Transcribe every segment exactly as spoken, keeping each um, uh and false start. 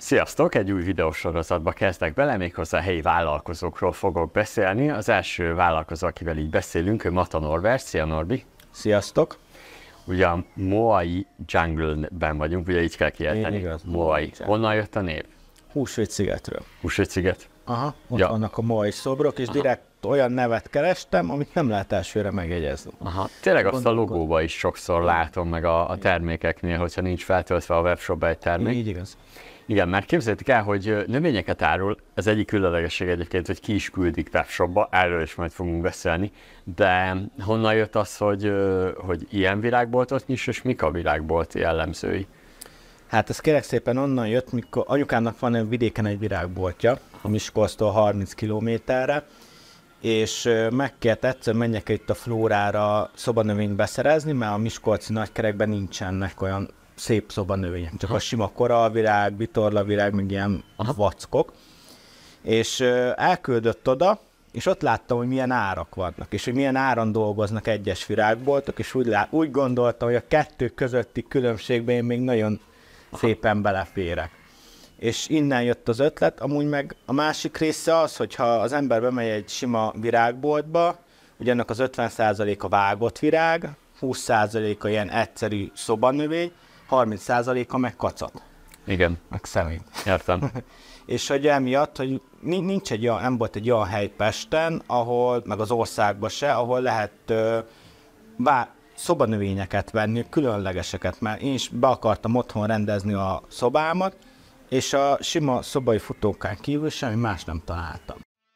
Sziasztok! Egy új videósorozatba kezdek bele, méghozzá helyi vállalkozókról fogok beszélni. Az első vállalkozó, akivel így beszélünk, ő Mata Norbert. Szia Norbi! Sziasztok! Ugye a Moai Jungle-ben vagyunk, ugye így kell kiejteni. Igaz, Moai. Honnan jött a név? Húsvét-szigetről. Húsvét-sziget? Aha, ott ja. vannak a Moai szobrok, és Aha. direkt olyan nevet kerestem, amit nem lehet elsőre megjegyezni. Aha, tényleg azt a logóba is sokszor látom, meg a, a termékeknél, hogyha nincs feltöltve a webshopba egy termék. Így igaz. Igen, mert képzeljétek el, hogy növényeket árul, ez egyik különlegesség egyébként, hogy ki is küldik webshopba, erről is majd fogunk beszélni, de honnan jött az, hogy, hogy ilyen virágboltot nyis, és mik a virágbolt jellemzői? Hát ez kérlek szépen onnan jött, mikor anyukámnak van vidéken egy virágboltja, a Miskolctól harminc kilométerre, és megkért egyszer menjek itt a Flórára szobanövényt beszerezni, mert a miskolci nagykerekben nincsenek olyan szép szobanövények, csak Aha. a sima korallvirág, vitorlavirág, meg ilyen Aha. vackok. És elküldött oda, és ott láttam, hogy milyen árak vannak, és hogy milyen áron dolgoznak egyes virágboltok, és úgy, lát, úgy gondoltam, hogy a kettő közötti különbségben én még nagyon Aha. szépen beleférek. És innen jött az ötlet, amúgy meg a másik része az, hogyha az ember bemegy egy sima virágboltba, ugye ennek az ötven százaléka vágott virág, húsz százaléka ilyen egyszerű szobanövény, harminc százaléka meg kacat. Igen. Meg szemét. Értem. És hogy emiatt, hogy nincs egy olyan, nem volt egy olyan hely Pesten, ahol, meg az országban se, ahol lehet uh, vá- szobanövényeket venni, különlegeseket, mert én is be akartam otthon rendezni a szobámat, és a sima szobai futókán kívül semmi más nem találtam.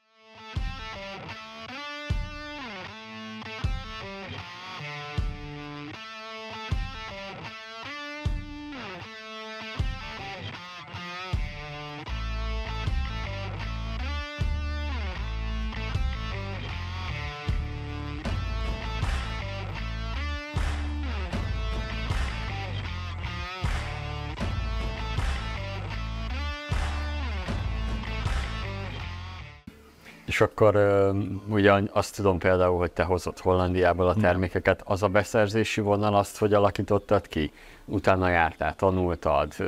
És akkor uh, ugyan azt tudom például, hogy te hozott Hollandiából a termékeket, az a beszerzési vonal azt, hogy alakítottad ki? Utána jártál, tanultad? Uh...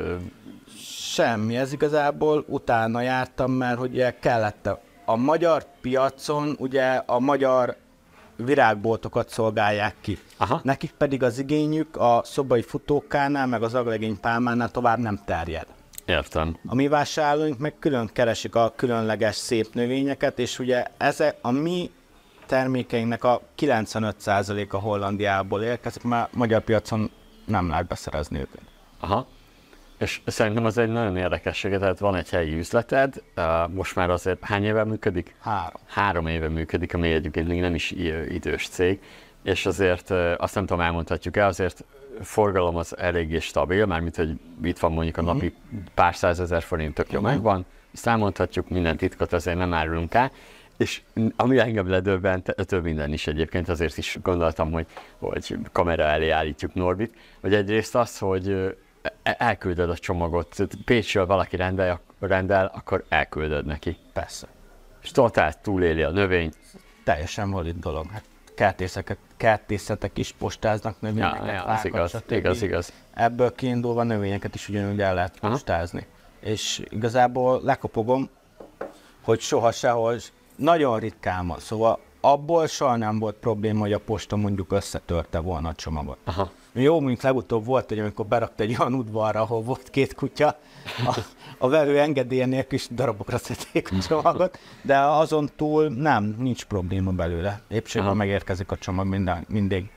Semmi, ez igazából utána jártam, mert ugye kellett a magyar piacon, ugye a magyar virágboltokat szolgálják ki. Aha. Nekik pedig az igényük a szobai futókánál, meg az aglegény pálmánál tovább nem terjed. Értem. A mi vásárlóink meg külön keresik a különleges szép növényeket, és ugye ezek a mi termékeinknek a kilencvenöt százaléka Hollandiából érkezik, mert magyar piacon nem lehet beszerezni őket. Aha. És szerintem az egy nagyon érdekesség, tehát van egy helyi üzleted, most már azért hány éve működik? Három. Három éve működik, ami egyébként még nem is idős cég, és azért azt nem tudom, elmondhatjuk el, azért forgalom az eléggé stabil, mármint, hogy itt van mondjuk a napi pár százezer forint tök jó megvan, ezt elmondhatjuk, minden titkot azért nem árulunk el, és ami engem ledöbbent, több minden is egyébként, azért is gondoltam, hogy, hogy kamera elé állítjuk Norbit, hogy egyrészt az, hogy elküldöd a csomagot, Pécsről valaki rendel, rendel, akkor elküldöd neki. Persze. És totál túléli a növény. Teljesen valid dolog. Hát kertészeket, kertészetek is postáznak növényeket, ja, ja, fákat, igaz, stb. igaz, igaz. Ebből kiindulva növényeket is ugyanúgy el lehet Aha. postázni. És igazából lekopogom, hogy soha sehol, nagyon ritkán van. Szóval abból soha nem volt probléma, hogy a posta mondjuk összetörte volna a csomagot. Aha. Jó, mint legutóbb volt, hogy amikor berakta egy olyan udvarra, ahol volt két kutya, a, a vevő engedélye nélkül is darabokra szedték a csomagot, de azon túl nem, nincs probléma belőle. Épségben megérkezik a csomag minden, mindig.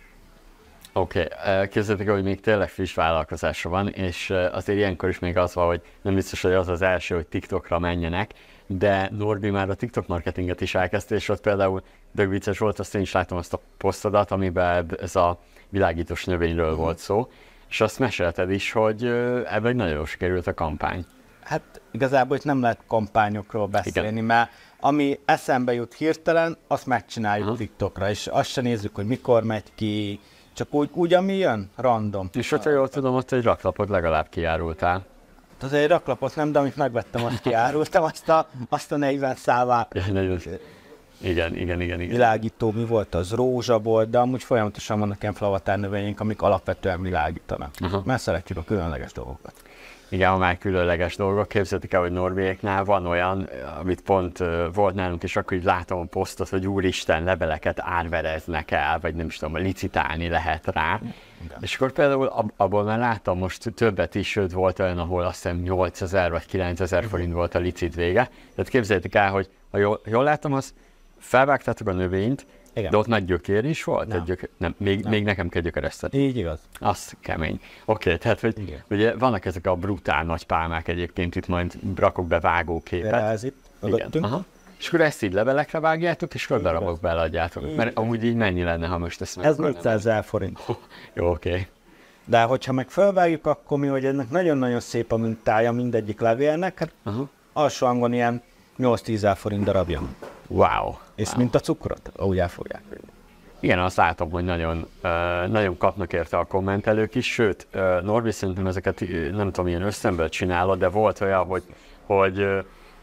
Oké, okay. Képzeljétek, hogy még tényleg friss vállalkozása van, és azért ilyenkor is még az van, hogy nem biztos, hogy az az első, hogy TikTokra menjenek, de Norbi már a TikTok marketinget is elkezdte, és ott például dög vicces volt, azt én is látom azt a posztodat, amiben ez a világítós növényről volt szó, és azt mesélted is, hogy ebben nagyon jól sikerült a kampány. Hát igazából itt nem lehet kampányokról beszélni, Igen. mert ami eszembe jut hirtelen, azt megcsináljuk Aha. TikTokra, és azt se nézzük, hogy mikor megy ki, csak úgy, úgy ami jön, random. És hogyha jól tudom, ott egy raklapot legalább kiárultál. Az egy raklapot nem, de amit megvettem, azt kiárultam, azt a, azt a negyven szávát. Ja, nagyon... Igen, igen, igen, igen. Világító, mi volt az? Rózsa volt, de amúgy folyamatosan vannak ilyen flavatár növények, amik alapvetően világítanak. Aha. Mert szeretjük a különleges dolgokat. Igen, ha már különleges dolgok. Képzeljétek el, hogy Norvéknál van olyan, amit pont uh, volt nálunk, és akkor így látom a posztot, hogy úristen, leveleket árvereznek el, vagy nem is tudom, licitálni lehet rá. Igen. És akkor például ab, abból már láttam most többet is, sőt volt olyan, ahol azt hiszem nyolcezer vagy kilencezer forint volt a licit vége. Tehát képzeljétek el, hogy ha jól, jól láttam, az felvágtátok a növényt, igen. De ott nagy gyökér is volt? Nem. Gyökér, nem, még, nem. még nekem kell gyökereszteni. Így igaz. Az kemény. Oké, okay, tehát hogy ugye vannak ezek a brutál nagy pálmák egyébként, itt majd rakok be vágóképet. Ez itt, igen. Aha. És akkor ezt így levelekre vágjátok, és körberabok beleadjátok. Mert amúgy így mennyi lenne, ha most ezt meg... Ez négyszázezer forint. Oh, jó, oké. Okay. De hogyha meg felvágjuk, akkor mi, hogy ennek nagyon-nagyon szép a mintája mindegyik levélnek, hát uh-huh. alsó hangon ilyen nyolc-tízezer forint darabja. Wow. És wow. mint a cukrot, ahogy elfogják. Igen, azt látom, hogy nagyon, uh, nagyon kapnak érte a kommentelők is, sőt, uh, Norbi, szerintem ezeket nem tudom, milyen összemből csinálod, de volt olyan, hogy, hogy uh,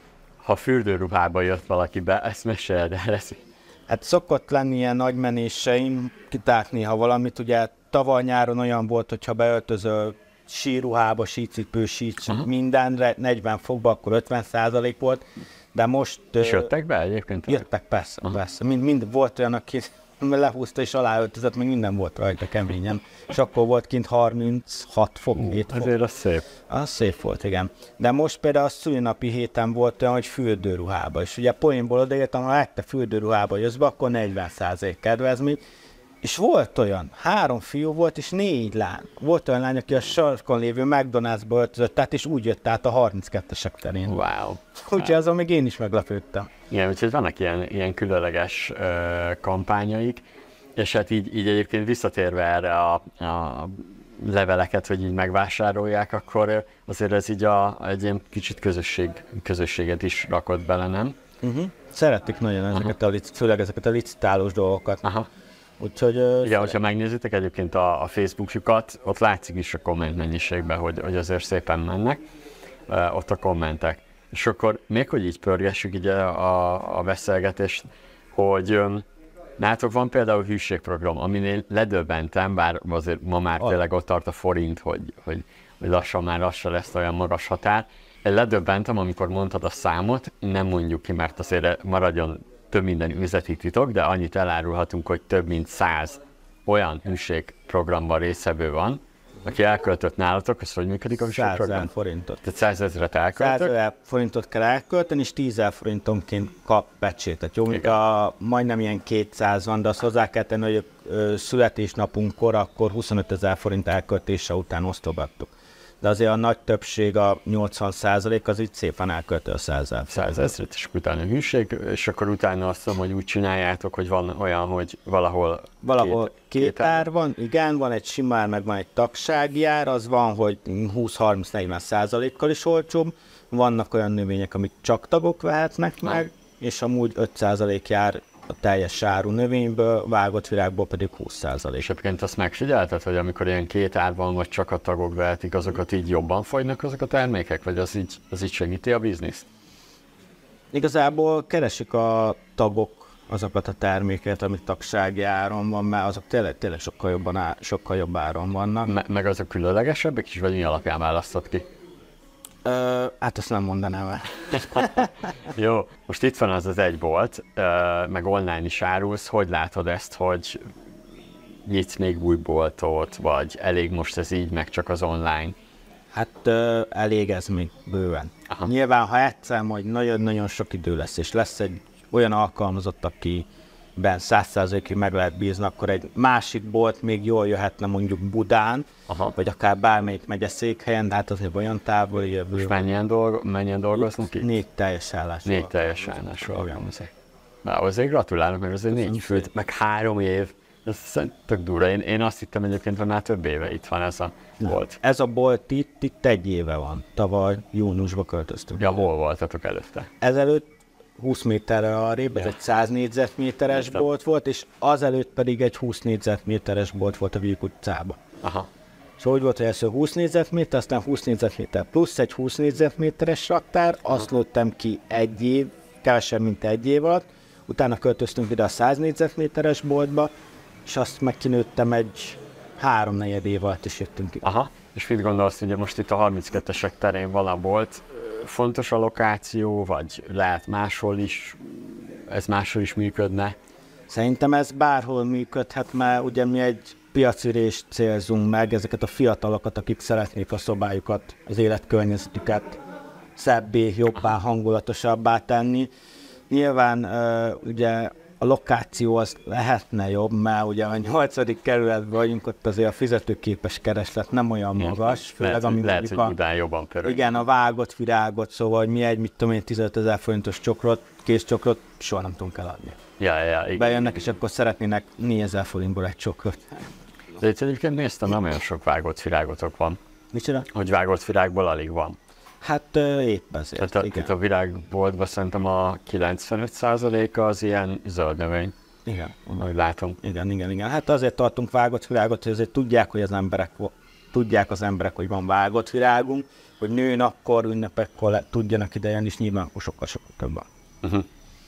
ha fürdőruhába jött valaki be, ezt meséld el, ez... Hát szokott lenni ilyen nagy menéseim, kitárt néha valamit, ugye tavaly nyáron olyan volt, hogyha beöltözöl síruhába, sícipő, sícs, uh-huh. mindenre, negyven fokba, akkor ötven százalék volt, de most... És jöttek be egyébként? Jöttek, persze, uh-huh. persze. Mind, mind volt olyan, aki lehúzta és aláöltözött, meg minden volt rajta keményen. És akkor volt kint harminchat fok, uh, hét fok. Azért az szép. Az szép volt, igen. De most például a szülinapi héten volt olyan, hogy fürdőruhába. És ugye poénból odaírtam, ha te fürdőruhába jössz be, akkor negyven százalék kedvezmény. És volt olyan, három fiú volt, és négy lány. Volt olyan lány, aki a sarkon lévő McDonald'sba öltözött át, és úgy jött át a harminckettesek terén. Wow. Úgyhogy azon még én is meglepődtem. Igen, úgyhogy vannak ilyen, ilyen különleges ö, kampányaik, és hát így, így egyébként visszatérve erre a, a leveleket, hogy így megvásárolják, akkor azért ez így a, egy ilyen kicsit közösség, közösséget is rakott bele, nem? Uh-huh. Szeretik nagyon ezeket a, főleg ezeket a licitálós dolgokat. Aha. Úgyhogy, uh, igen, hogyha megnézitek egyébként a, a Facebookjukat, ott látszik is a komment mennyiségben, hogy, hogy azért szépen mennek uh, ott a kommentek. És akkor még hogy így pörgessük így a, a beszélgetést, hogy um, nálatok van például hűségprogram, aminél ledöbbentem, bár azért ma már ah. tényleg ott tart a forint, hogy, hogy, hogy lassan már lassan lesz olyan magas határ. Én ledöbbentem, amikor mondtad a számot, nem mondjuk ki, mert azért maradjon több minden üzleti titok, de annyit elárulhatunk, hogy több mint száz olyan hűségprogramban résztvevő van, aki elköltött nálatok, ez hogy működik a hűségprogram? százezer forintot. Tehát százezret elköltök? százezer forintot kell elkölteni, és tízezer forintonként kap pecsétet. Jó, mint a majdnem ilyen kétszáz van, de azt hozzá kell tenni, hogy a születésnapunkkor akkor huszonötezer forint elköltése után osztogattuk. De azért a nagy többség, a nyolcvan százalék az így szépen elköltő a százezer. Százezret, és utána hűség, és akkor utána azt mondom, hogy úgy csináljátok, hogy van olyan, hogy valahol... Valahol két, két, két ár van, igen, van egy simár, meg van egy tagsági ár, az van, hogy húsz-harminc-negyven százalékkal is olcsóbb. Vannak olyan növények, amik csak tagok vehetnek meg, nem. És amúgy öt százalék jár a teljes áru növényből, vágott virágból pedig húsz százalék. És egyébként azt megfigyelted, hogy amikor ilyen két ár van, vagy csak a tagok vehetik, azokat így jobban fogynak azok a termékek, vagy az így, az így segíti a bizniszt? Igazából keresik a tagok azokat a termékeket, amik tagsági áron van, mert azok tényleg, tényleg sokkal, jobban á, sokkal jobb áron vannak. Me- meg azok különlegesebbek is, vagy mi alapján választod ki? Ö, hát azt nem mondanám el. Jó, most itt van az az egy bolt, meg online is árulsz, hogy látod ezt, hogy nyitsz még új boltot, vagy elég most ez így, meg csak az online? Hát ö, elég ez még bőven. Aha. Nyilván, ha egyszer majd nagyon-nagyon sok idő lesz, és lesz egy olyan alkalmazott, akiben száz százalékig meg lehet bízni, akkor egy másik bolt még jól jöhetne mondjuk Budán, aha. vagy akár bármelyik megyeszékhelyen, de hát azért olyan távol jövő. És mennyien, dolgo- mennyien dolgoznak itt? Négy teljes állásról. Négy teljes állásról alkalmazik. Na, azért gratulálok, mert azért négy főt, meg három év. Ez tök durva. Én, én azt hittem egyébként, hogy már több éve itt van ez a bolt. Ez a bolt itt, itt egy éve van. Tavaly júniusban költöztünk. Ja, hol voltatok előtte? Ezelőtt húsz méterre arrébb, ez ja. egy száz négyzetméteres bolt volt, és azelőtt pedig egy húsz négyzetméteres bolt volt a Víg utcában. Aha. És úgy volt, hogy először húsz négyzetméter, aztán húsz négyzetméter plusz egy húsz négyzetméteres raktár, azt lőttem ki egy év, kevesebb, mint egy év alatt, utána költöztünk ide a száz négyzetméteres boltba, és azt megkinőttem egy háromnegyed év alatt is jöttünk ki. Aha. És mit gondolsz, ugye most itt a harminckettesek terén vala volt, fontos a lokáció, vagy lehet máshol is, ez máshol is működne? Szerintem ez bárhol működhet, mert ugye mi egy piacürést célzunk meg, ezeket a fiatalokat, akik szeretnék a szobájukat, az életkörnyezetüket szebbé, jobbá, hangulatosabbá tenni. Nyilván uh, ugye a lokáció az lehetne jobb, mert ugye a nyolcadik kerületben vagyunk, ott azért a fizetőképes kereslet nem olyan magas. Főleg, lehet, lehet hogy a, Budán jobban pörög. Igen, a vágott virágot, szóval hogy mi egy, mit tudom én, tizenöt ezer forintos csokrot, kész csokrot soha nem tudunk eladni. Ja, ja, igen. Bejönnek, és akkor szeretnének négyezer forintból egy csokrot. De itt egyébként néztem, nem olyan sok vágott virágotok van. Micsoda? Hogy vágott virágból alig van. Hát épp ezért, Tehát a, igen. itt a virágboltban szerintem a kilencvenöt százaléka az ilyen zöld növény. Igen. Ahogy látom. Igen, igen, igen. Hát azért tartunk vágott virágot, hogy azért tudják, hogy az emberek, tudják az emberek, hogy van vágott virágunk, hogy nőnappor, ünnepekkor le, tudjanak ide jönni, és nyilván sokkal-sokkal több van. Uh-huh.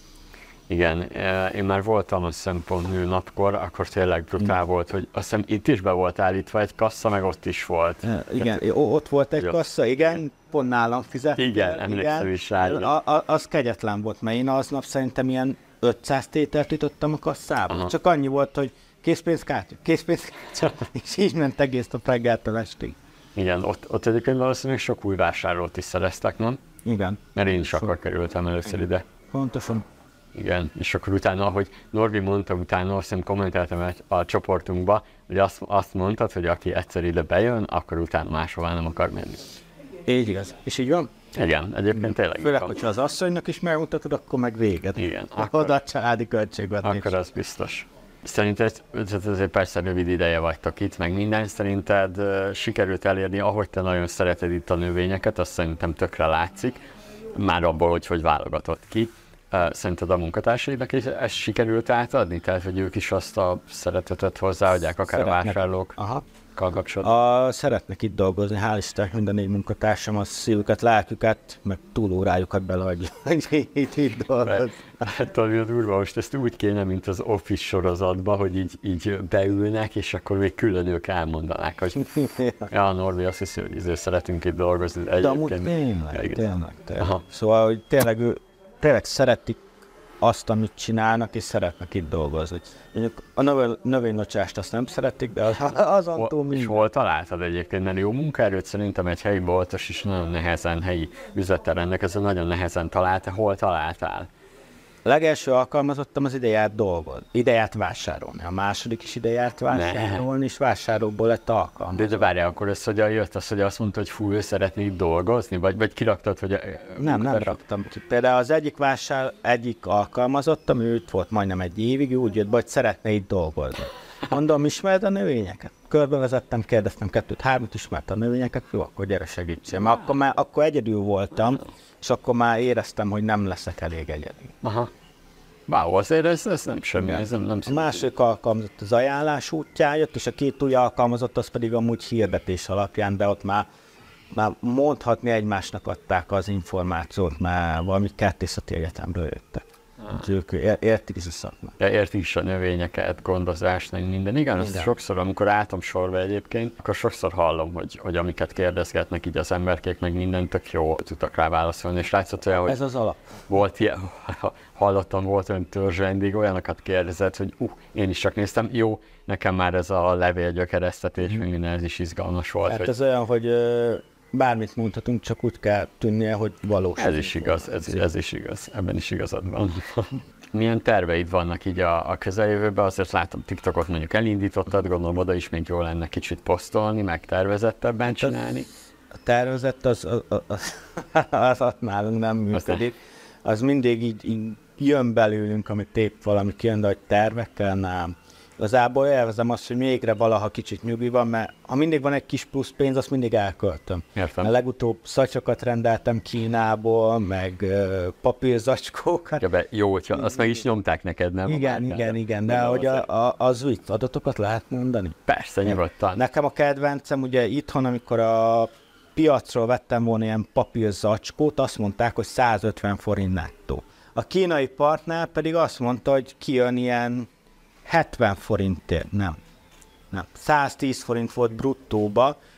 Igen, én már voltam azt hiszem pont nőnapkor, akkor tényleg brutál mm. volt, hogy azt hiszem itt is be volt állítva egy kassa, meg ott is volt. E, igen, hát, ott volt egy kassa, igen, pont nálam fizettem. Igen, emlékszem is rá. A, a, az kegyetlen volt, mert én aznap szerintem ilyen ötszáz tételt ütottam a kasszába. Aha. Csak annyi volt, hogy készpénzkártya, készpénzkártya, és így ment egész a reggeltől estig. Igen, ott, ott egyébként valószínűleg sok új vásárolt is szereztek, nem? Igen. Mert én is akkor kerültem először ide. Pontosan. Igen, és akkor utána, ahogy Norbi mondta, utána azt hiszem kommenteltem a csoportunkba, hogy azt, azt mondtad, hogy aki egyszer ide bejön, akkor utána máshová nem akar menni. Így igaz. És így van? Igen, egyébként tényleg. Főleg, hogyha az asszonynak is megmutatod, akkor meg véged. Igen. Akkor, oda a családi költségvetés. Akkor az biztos. Szerinted, azért persze rövid ideje vagytok itt, meg minden, szerinted uh, sikerült elérni, ahogy te nagyon szereted itt a növényeket, azt szerintem tökre látszik, már abból, hogy hogy válogatott ki. Uh, szerinted a munkatársaidnak is ezt sikerült átadni? Tehát, hogy ők is azt a szeretetet hozzáadják, akár szeretnek. A vásárlókkal kapcsolatban? A, szeretnek itt dolgozni, hál' Istennek minden négy munkatársam a szívüket, lelküket, meg túlórájukat beleadja, hogy itt, itt dolgozni. Hát talán durva, most ezt úgy kéne, mint az Office sorozatban, hogy így, így beülnek, és akkor még külön ők elmondanák, hogy ja, Norbi azt hiszi, hogy ezért szeretünk itt dolgozni. De amúgy tényleg, tényleg, tényleg. Szóval, hogy tényleg ő tényleg szeretik azt, amit csinálnak, és szeretnek itt dolgozni. A növénylocsást azt nem szeretik, de az, azon túl minden. És hol találtad egyébként? Mert jó munkaerőt szerintem egy helyi boltos is nagyon nehezen, helyi üzlettel rendelkező, nagyon nehezen találta. Hol találtál? A legelső alkalmazottam az ide járt dolgozni, ide járt vásárolni. A második is ide járt vásárolni, ne. És vásárolóból lett alkalmazott. De, de várjál, akkor össze, hogy jött az, hogy azt mondta, hogy fú, ő szeretné itt dolgozni? Vagy, vagy kiraktad, hogy... A, nem, nem raktam ki. Például az egyik vásár, egyik alkalmazottam, ő itt volt majdnem egy évig, ő úgy jött be, hogy szeretne itt dolgozni. Mondom, ismered a növényeket? Körbevezettem, kérdeztem kettőt, hármat, ismert a növényeket, jó, akkor gyere segítsen. Mert akkor, már, akkor egyedül voltam, és akkor már éreztem, hogy nem leszek elég egyedül. Aha. Wow, azért ez, ez nem semmi, ez nem, nem A másik alkalmazott az ajánlás útján jött, és a két új alkalmazott az pedig amúgy hirdetés alapján, de ott már, már mondhatni egymásnak adták az információt, már valami kertészeti egyetemről jöttek. Ah. Ők értik is a szakmát. Ja, értik is a növényeket, gondozást, minden. Igen, azt sokszor, amikor álltam sorba egyébként, akkor sokszor hallom, hogy, hogy amiket kérdezgetnek így az emberkék, meg mindent tök jó tudtak rá válaszolni, és látszott olyan, hogy ez az alap. Volt ilyen, hallottam, volt olyan törzsvendég, olyanokat kérdezett, hogy uh, én is csak néztem, jó, nekem már ez a levélgyökeresztetés, mm. meg minden, ez is izgalmas volt. Hát hogy... ez olyan, hogy bármit mondhatunk, csak úgy kell tűnnie, hogy valós. Ez is igaz, ez, ez is igaz, ebben is igazad van. Milyen terveid vannak így a, a közeljövőben? Azért látom, TikTokot mondjuk elindítottad, gondolom oda is még jól lenne kicsit posztolni, meg tervezettebben csinálni. A tervezett az, az, az, az, az nálunk nem működik. Az mindig így, így jön belőlünk, amit épp valami kijön, de hogy tervekkel nem. Igazából élvezem azt, hogy mégre valaha kicsit nyugi van, mert ha mindig van egy kis plusz pénz, azt mindig elköltöm. Értem. Mert legutóbb szatyokat rendeltem Kínából, meg uh, papírzacskókat. Ja, be, jó, hogyha azt meg is nyomták neked, nem? Igen, igen, igen, de hogy a, a, az úgy adatokat lehet mondani? Persze, nyugodtan. Nekem a kedvencem, ugye itthon, amikor a piacról vettem volna ilyen papírzacskót, azt mondták, hogy százötven forint nettó. A kínai partner pedig azt mondta, hogy kijön ilyen hetven forintért, nem. nem. száztíz forint volt bruttóba,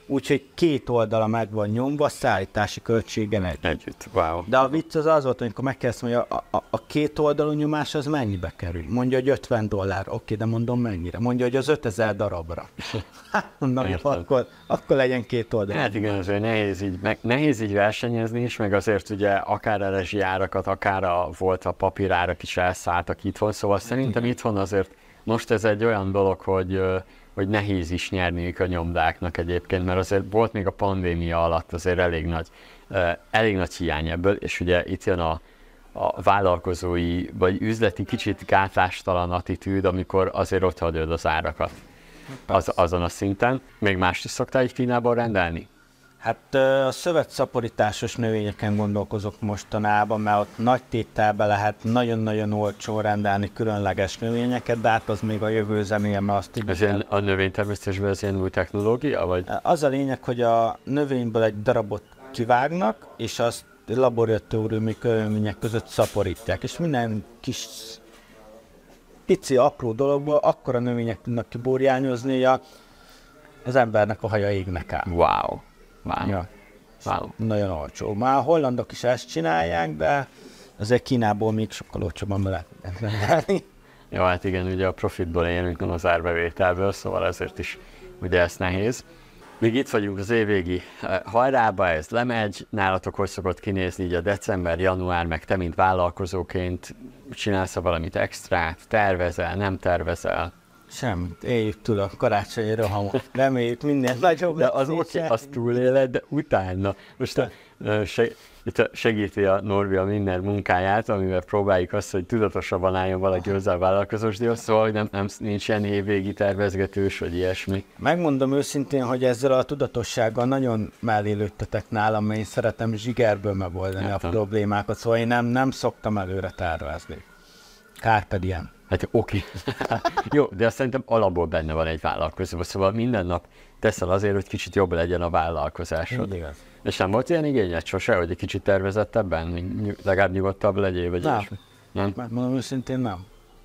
úgyhogy két oldala meg van nyomva, szállítási költségen együtt. Együtt, wow. De a vicc az az volt, amikor megkérdeztem, hogy a, a, a két oldalú nyomás az mennyibe kerül. Mondja, hogy ötven dollár. Oké, de mondom mennyire. Mondja, hogy az ötezer darabra. Hát mondom, akkor, akkor legyen két oldal. Hát igen, azért nehéz így, meg, nehéz így versenyezni is, meg azért ugye akár a rezsijárakat, akár a, volt a papírárak is elszálltak itthon, szóval szerintem itthon azért most ez egy olyan dolog, hogy, hogy nehéz is nyerniük a nyomdáknak egyébként, mert azért volt még a pandémia alatt azért elég nagy, elég nagy hiány ebből, és ugye itt jön a, a vállalkozói, vagy üzleti kicsit gátlástalan attitűd, amikor azért ott hagyod az árakat az, azon a szinten. Még mást is szoktál így Kínából rendelni? Hát a szövetszaporításos növényeken gondolkozok mostanában, mert ott nagy tételbe lehet nagyon-nagyon olcsó rendelni különleges növényeket, de hát az még a jövő zenéje, mert azt így... Ez ilyen, a növénytermesztésben ez ilyen új technológia, vagy? Az a lényeg, hogy a növényből egy darabot kivágnak, és azt laboratóriumi körülmények között szaporítják, és minden kis pici, apró dologból akkora növények tudnak kiburjányozni, hogy az embernek a haja égnek áll. Wow. Wow. Ja. Wow. Nagyon olcsó. Már a hollandok is ezt csinálják, de azért Kínából még sokkal olcsóban be lehet rendelni. Jó, hát igen, ugye a profitból élünk, nem az árbevételből, szóval ezért is ugye ez nehéz. Még itt vagyunk az évvégi hajrába, ez lemegy. Nálatok hogy szokott kinézni így a december, január, meg te, mint vállalkozóként csinálsz valamit extrát, tervezel, nem tervezel? Semmit, éljük túl a karácsonyi rohamot. Reméljük minden nagyobb. De az oké, okay, azt túléled, de utána. Most a, itt segíti a Norbi a minden munkáját, amivel próbáljuk azt, hogy tudatosabban álljon valaki hozzá a vállalkozós díjhoz, szóval nem, nem, nincs ilyen évvégi tervezgetős, vagy ilyesmi. Megmondom őszintén, hogy ezzel a tudatossággal nagyon mellé lőttetek nálam, mert én szeretem zsigerből megoldani hát, a problémákat, szóval én nem, nem szoktam előre tervezni. Carpe diem. Hát oké. Jó, de azt szerintem alapból benne van egy vállalkozóban, szóval minden nap teszel azért, hogy kicsit jobb legyen a vállalkozásod. Igaz. És nem volt ilyen igényed sose, hogy egy kicsit tervezettebben, nyug, legalább nyugodtabb legyél, vagy nem. Nem? Mert mondom őszintén nem.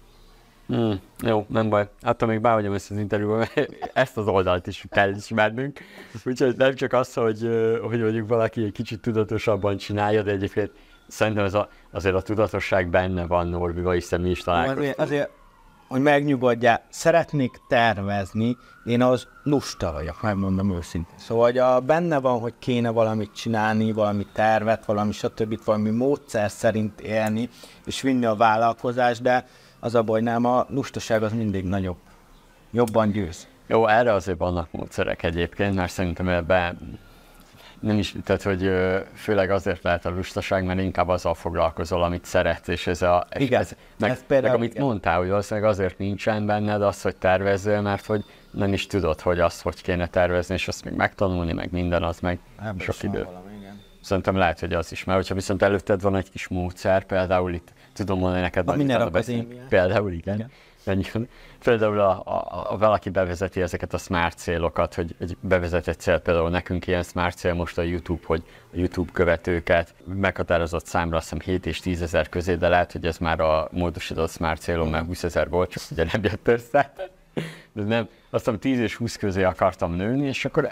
Hmm, jó, nem baj. Attól még behagyom ezt az interjúban, mert ezt az oldalt is kell ismernünk. Úgyhogy nem csak az, hogy, hogy mondjuk valaki egy kicsit tudatosabban csinálja, de egyébként szerintem ez a, azért a tudatosság benne van Norbiba, hiszen mi is találkoztunk. Azért, azért, hogy megnyugodjál, szeretnék tervezni, én az lusta vagyok, megmondom őszintén. Szóval hogy a, benne van, hogy kéne valamit csinálni, valami tervet, valami stb. Valami módszer szerint élni, és vinni a vállalkozást, de az a baj, nem, a lustaság az mindig nagyobb. Jobban győz. Jó, erre azért vannak módszerek egyébként, mert szerintem ebben nem is, tehát hogy főleg azért lehet a lustaság, mert inkább azzal foglalkozol, amit szeretsz, és ez a... Igen, ez, meg, ez például, meg amit igen. mondtál, hogy valószínűleg azért nincsen benned az, hogy tervezzél, mert hogy nem is tudod, hogy azt hogy kéne tervezni, és azt még megtanulni, meg minden, az meg Ebből sok idő. Valami, igen. Szerintem lehet, hogy az is, mert hogyha viszont előtted van egy kis módszer, például itt tudom mondani neked... A Miner Akadémián. Például igen. igen. Például a, a, a, valaki bevezeti ezeket a smart célokat, hogy, hogy bevezet egy cél, például nekünk ilyen smart cél most a YouTube, hogy a YouTube követőket meghatározott számra, azt hiszem hét és tízezer közé, de lehet, hogy ez már a módosított smart célom, mert húszezer volt, csak ugye nem jött össze. De nem, azt hiszem tíz és húsz közé akartam nőni, és akkor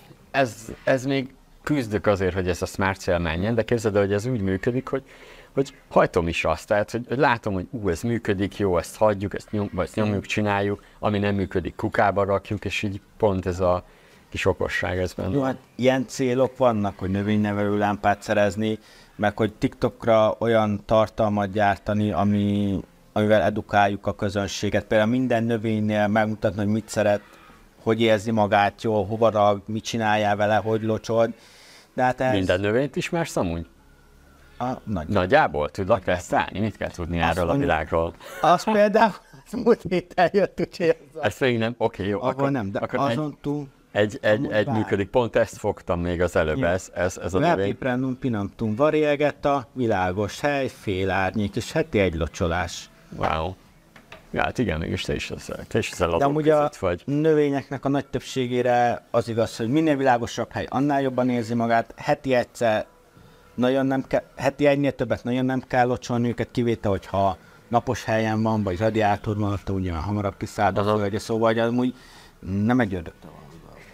ez, ez még küzdök azért, hogy ez a smart cél menjen, de képzeld el, hogy ez úgy működik, hogy hogy hajtom is azt, tehát hogy, hogy látom, hogy ú, ez működik, jó, ezt hagyjuk, ezt, nyom, ezt nyomjuk, csináljuk, ami nem működik, kukába rakjuk, és így pont ez a kis okosság ez benne. Jó, hát ilyen célok vannak, hogy növénynevelő lámpát szerezni, meg hogy TikTokra olyan tartalmat gyártani, ami, amivel edukáljuk a közönséget. Például minden növénynél megmutatni, hogy mit szeret, hogy érzi magát jól, hova rag, mit csináljál vele, hogy locsod. De hát ez... Minden növényt ismersz amúgy? A, nagy. Nagyjából? Tudlak tesztelni? Mit kell tudni azt erről mondjuk, a világról? Az például, az múlt héten jött, úgyhogy... Ezt még nem? Oké, okay, jó. Akkor nem, de akkor azon egy, túl... Egy, egy, egy működik, pont ezt fogtam még az előbb, ja. ez, ez, ez a növény. Vertiprennum pinantum variegata, világos hely, fél árnyék, és heti egy locsolás. Wow. Ja, hát igen, mégis te is ezzel, te is ezzel de amúgy a vagy. növényeknek a nagy többségére az igaz, hogy minél világosabb hely, annál jobban érzi magát, heti egyszer, nagyon nem kell, heti egynél többet nagyon nem kell locsolni őket, kivétel, hogyha napos helyen van, vagy radiátor van, ott ugye már hamarabb kiszáll a földje, szóval hogy amúgy nem egy ördögtől van.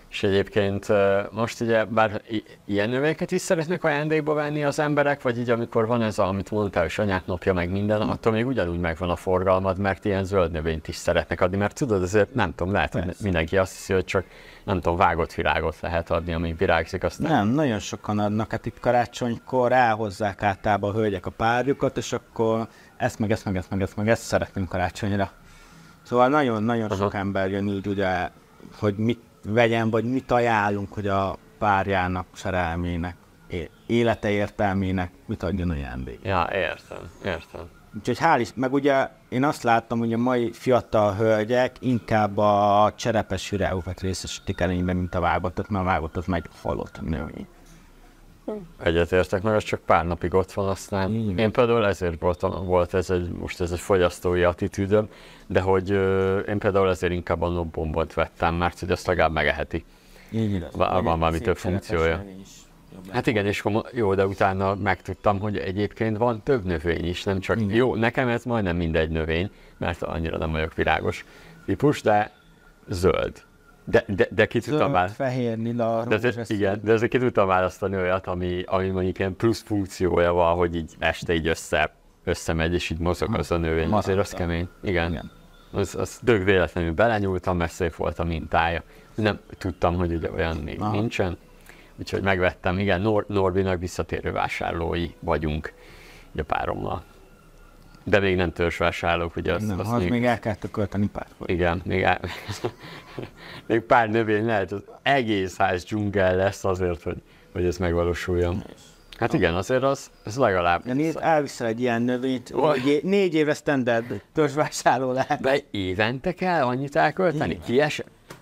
És egyébként most ugye, bár ilyen növényeket is szeretnek ajándékba venni az emberek, vagy így amikor van ez, amit mondtál, hogy anyák napja, meg minden, attól még ugyanúgy megvan a forgalmad, mert ilyen zöld növényt is szeretnek adni, mert tudod, azért nem tudom, lehet, hogy mindenki azt hiszi, hogy csak nem tudom, vágott virágot lehet adni, ami virágzik, aztán... Nem, nagyon sokan adnak, hát itt karácsonykor elhozzák általában a hölgyek a párjukat, és akkor ezt meg ezt meg ezt meg ezt meg ezt szeretném karácsonyra. Szóval nagyon-nagyon sok ember jön így ugye, hogy mit vegyen, vagy mit ajánlunk, hogy a párjának, szerelmének, élete értelmének mit adjon ajándék. Ja, értem, értem. Úgyhogy hál' is, meg ugye én azt láttam, hogy a mai fiatal hölgyek inkább a cserepes virágokat részesítik előnyben, mint a vágottat, mert a vágottat meg halott növény. Egyetértek, meg az csak pár napig ott van, aztán Igen. én például ezért voltam, volt ez egy, most ez egy fogyasztói attitűdöm, de hogy ö, én például ezért inkább a nobbombot vettem, mert hogy azt legalább megeheti. Így van valami több funkciója. Hát igen, és jó, de utána megtudtam, hogy egyébként van több növény is, nem csak, igen. Jó, nekem ez majdnem mindegy növény, mert annyira nem vagyok virágos típus, de zöld. De, de, de ki tudtam választani. Fehér, lila, de ez, igen, de ezért ki tudtam választani olyat, ami, ami mondjuk ilyen plusz funkciója van, hogy így este így össze, összemegy, és így mozog az a növény. Azért az kemény. Igen. igen. Az, az dög véletlenül belenyúltam, mert szép volt a mintája. Nem tudtam, hogy ugye olyan még Aha. nincsen. Úgyhogy megvettem. Igen, Nor- Norbinak visszatérő vásárlói vagyunk, ugye párommal. De még nem törzsvásárlók, ugye azt... Nem, azt az még, még el kellett költeni pár forint. Igen, még, el... még pár növény lehet, az egész ház dzsungel lesz azért, hogy, hogy ez megvalósuljon. Hát igen, azért az, az legalább... Ja, nézd, elviszel egy ilyen növényt, hogy négy éve standard törzsvásárló lehet. De évente kell annyit elkölteni? Kies...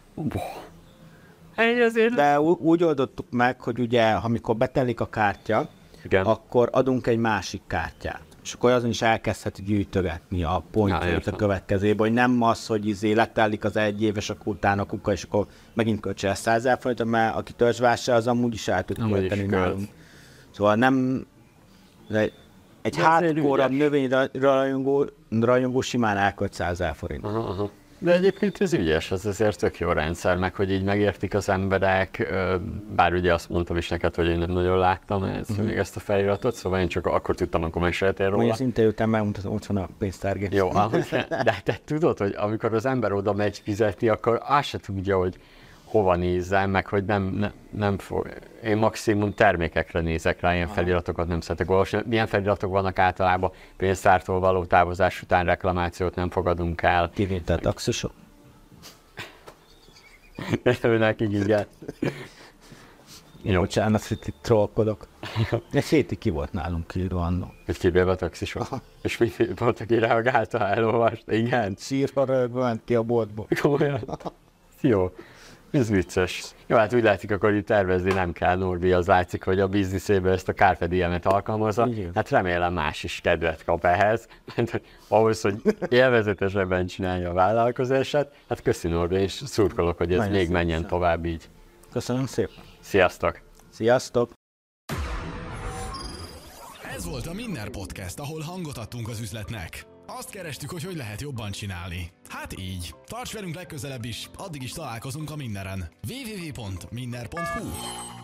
Azért... De úgy oldottuk meg, hogy ugye, amikor betelik a kártya, igen. akkor adunk egy másik kártyát. És akkor azon is elkezdheti gyűjtögetni a pontjait a következőben, hogy nem az, hogy izé letelik az egy év, és akkor utána kuka, és akkor megint költse el százezer forintot, mert aki törzsvásárol, az amúgy is el tud költeni nálunk. Szóval nem... Egy hardcore-abb növényrajongó rajongó simán elkölt százezer forint. Aha, aha. De egyébként ez ügyes, ez azért tök jó rendszer, meg hogy így megértik az emberek, bár ugye azt mondtam is neked, hogy én nem nagyon láttam ezt, uh-huh. még ezt a feliratot, szóval én csak akkor tudtam, amikor meséltél róla. Mondja, szinte jöttem, megmutatom, ott van a pénztárgép. Jó, de te tudod, hogy amikor az ember oda megy fizetni, akkor azt se tudja, hogy hova nézzel, meg hogy nem, ne, nem fog. Én maximum termékekre nézek rá, ilyen feliratokat nem szeretek olvasni. Milyen feliratok vannak általában? Pénztártól való távozás után reklamációt nem fogadunk el. Kivétel taxisok? Nem, nekik igen. Jó, bocsánat, hogy itt trollkodok. Egy hétig ki volt nálunk írva annak. Hogy kibélve a taxisok? Aha. És mi volt, aki reagálta, elolvasta? Igen. Sírva rögve ment ki a boltból. Komolyan. Jó. Ez vicces. Jó, hát úgy látszik, akkor itt tervezni nem kell, Norbi, az látszik, hogy a bizniszében ezt a Carpe Diemet alkalmazza. Igen. Hát remélem más is kedvet kap ehhez, mert ahhoz, hogy élvezetesebben csinálja a vállalkozását. Hát köszi, Norbi, és szurkolok, hogy ez Nagyon még menjen szépen. Tovább így. Köszönöm szépen. Sziasztok! Sziasztok! Ez volt a Minner Podcast, ahol hangot adtunk az üzletnek. Azt kerestük, hogy hogy lehet jobban csinálni. Hát így. Tarts velünk legközelebb is, addig is találkozunk a Minneren. double-u double-u double-u pont minner pont hu